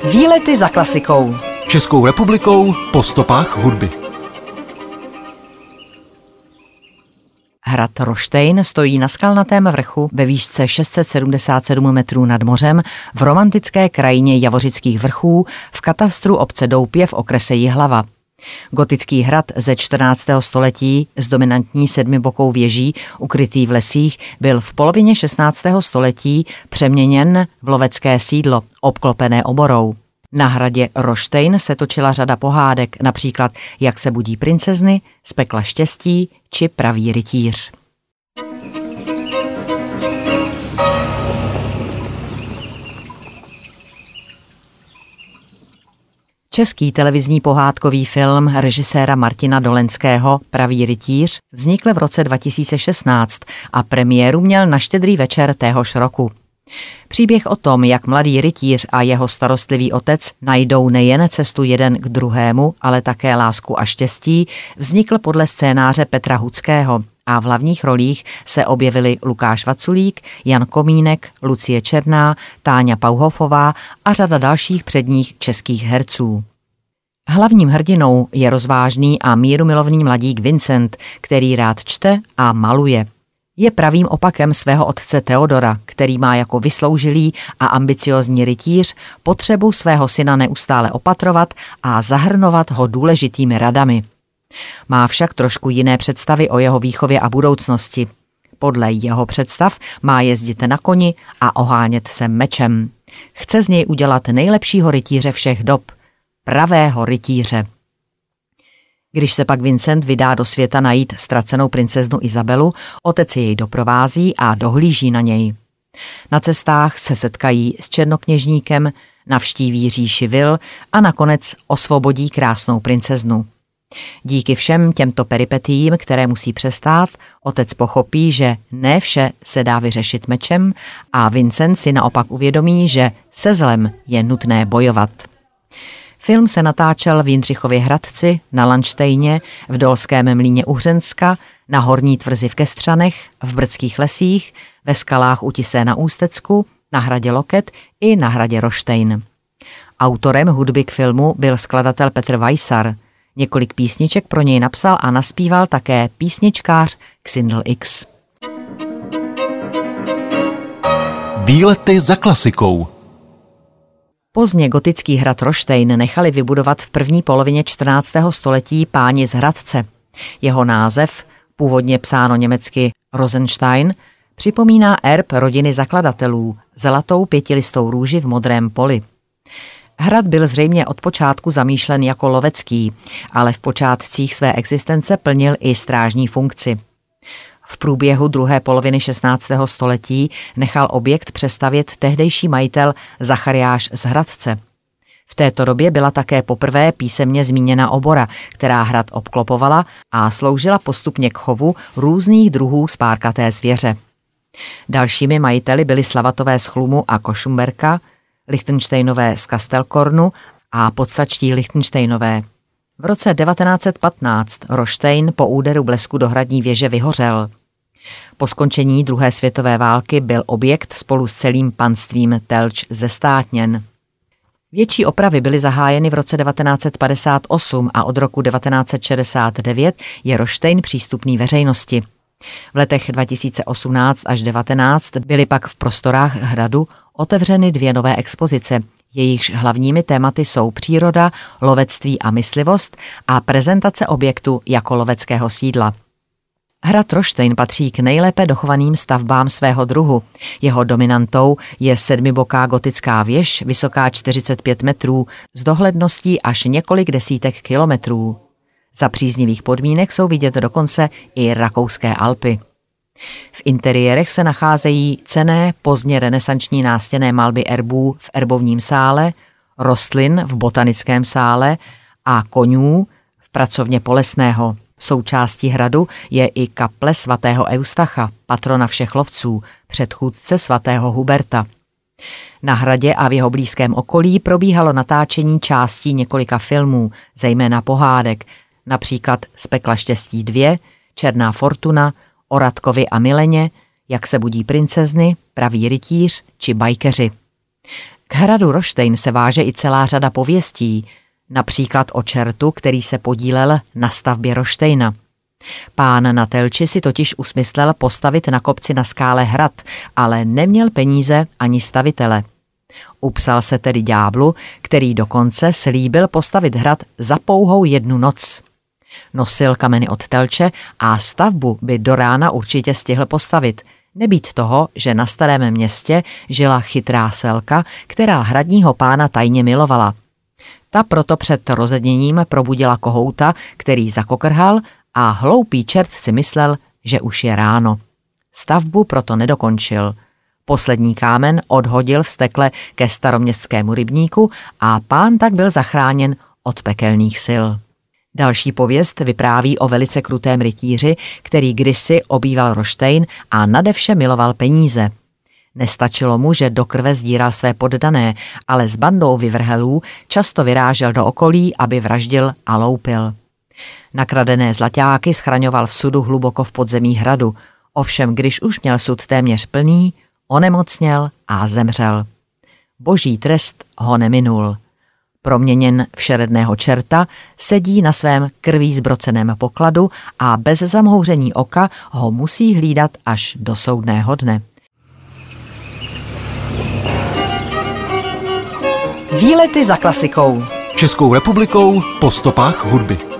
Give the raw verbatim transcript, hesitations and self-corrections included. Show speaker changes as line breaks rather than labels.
Výlety za klasikou.
Českou republikou po stopách hudby.
Hrad Roštejn stojí na skalnatém vrchu ve výšce šest set sedmdesát sedm metrů nad mořem v romantické krajině Javořických vrchů v katastru obce Doupě v okrese Jihlava. Gotický hrad ze čtrnáctého století s dominantní sedmibokou věží ukrytý v lesích byl v polovině šestnáctého století přeměněn v lovecké sídlo obklopené oborou. Na hradě Roštejn se točila řada pohádek, například Jak se budí princezny, Z pekla štěstí či Pravý rytíř. Český televizní pohádkový film režiséra Martina Dolenského Pravý rytíř vznikl v roce dva tisíce šestnáct a premiéru měl na Štědrý večer téhož roku. Příběh o tom, jak mladý rytíř a jeho starostlivý otec najdou nejen cestu jeden k druhému, ale také lásku a štěstí, vznikl podle scénáře Petra Hudského a v hlavních rolích se objevili Lukáš Vaculík, Jan Komínek, Lucie Černá, Táňa Pauhofová a řada dalších předních českých herců. Hlavním hrdinou je rozvážný a mírumilovný mladík Vincent, který rád čte a maluje. Je pravým opakem svého otce Theodora, který má jako vysloužilý a ambiciozní rytíř potřebu svého syna neustále opatrovat a zahrnovat ho důležitými radami. Má však trošku jiné představy o jeho výchově a budoucnosti. Podle jeho představ má jezdit na koni a ohánět se mečem. Chce z něj udělat nejlepšího rytíře všech dob, pravého rytíře. Když se pak Vincent vydá do světa najít ztracenou princeznu Izabelu, otec jej doprovází a dohlíží na něj. Na cestách se setkají s černokněžníkem, navštíví říši vil a nakonec osvobodí krásnou princeznu. Díky všem těmto peripetiím, které musí přestát, otec pochopí, že ne vše se dá vyřešit mečem a Vincent si naopak uvědomí, že se zlem je nutné bojovat. Film se natáčel v Jindřichově Hradci, na Landštejně, v Dolském mlýně u Hřenska, na Horní tvrzi v Kestřanech, v Brdských lesích, ve skalách u Tisé na Ústecku, na hradě Loket i na hradě Roštejn. Autorem hudby k filmu byl skladatel Petr Weissar. Několik písniček pro něj napsal a naspíval také písničkář Xindl X.
Výlety za klasikou.
Pozdně gotický hrad Roštejn nechali vybudovat v první polovině čtrnáctého století páni z Hradce. Jeho název, původně psáno německy Rosenstein, připomíná erb rodiny zakladatelů, zlatou pětilistou růži v modrém poli. Hrad byl zřejmě od počátku zamýšlen jako lovecký, ale v počátcích své existence plnil i strážní funkci. V průběhu druhé poloviny šestnáctého století nechal objekt přestavět tehdejší majitel Zachariáš z Hradce. V této době byla také poprvé písemně zmíněna obora, která hrad obklopovala a sloužila postupně k chovu různých druhů spárkaté zvěře. Dalšími majiteli byli Slavatové z Chlumu a Košumberka, Lichtenštejnové z Kastelkornu a podstačtí Lichtenštejnové. V roce devatenáct set patnáct Roštejn po úderu blesku do hradní věže vyhořel. Po skončení druhé světové války byl objekt spolu s celým panstvím Telč zestátněn. Větší opravy byly zahájeny v roce devatenáct set padesát osm a od roku devatenáct set šedesát devět je Roštejn přístupný veřejnosti. V letech dva tisíce osmnáct až devatenáct byly pak v prostorách hradu otevřeny dvě nové expozice. Jejichž hlavními tématy jsou příroda, lovectví a myslivost a prezentace objektu jako loveckého sídla. Hrad Roštejn patří k nejlépe dochovaným stavbám svého druhu. Jeho dominantou je sedmiboká gotická věž, vysoká čtyřicet pět metrů, s dohledností až několik desítek kilometrů. Za příznivých podmínek jsou vidět dokonce i rakouské Alpy. V interiérech se nacházejí cenné pozdně renesanční nástěnné malby erbů v erbovním sále, rostlin v botanickém sále a konňů v pracovně Polesného. Součástí hradu je i kaple svatého Eustacha, patrona všech lovců, předchůdce svatého Huberta. Na hradě a v jeho blízkém okolí probíhalo natáčení částí několika filmů, zejména pohádek, například Z pekla štěstí dvě, Černá fortuna, O Radkovi a Mileně, Jak se budí princezny, Pravý rytíř či Bajkeři. K hradu Roštejn se váže i celá řada pověstí, například o čertu, který se podílel na stavbě Roštejna. Pán na Telči si totiž usmyslel postavit na kopci na skále hrad, ale neměl peníze ani stavitele. Upsal se tedy ďáblu, který dokonce slíbil postavit hrad za pouhou jednu noc. Nosil kameny od Telče a stavbu by do rána určitě stihl postavit, nebýt toho, že na Starém Městě žila chytrá selka, která hradního pána tajně milovala. Ta proto před rozedněním probudila kohouta, který zakokrhal, a hloupý čert si myslel, že už je ráno. Stavbu proto nedokončil. Poslední kámen odhodil vztekle ke staroměstskému rybníku a pán tak byl zachráněn od pekelných sil. Další pověst vypráví o velice krutém rytíři, který kdysi obýval Roštejn a nadevše miloval peníze. Nestačilo mu, že do krve sdíral své poddané, ale s bandou vyvrhelů často vyrážel do okolí, aby vraždil a loupil. Nakradené zlaťáky schraňoval v sudu hluboko v podzemí hradu, ovšem když už měl sud téměř plný, onemocněl a zemřel. Boží trest ho neminul. Proměněn v šeredného čerta, sedí na svém krví zbroceném pokladu a bez zamhouření oka ho musí hlídat až do soudného dne.
Výlety za klasikou.
Českou republikou po stopách hudby.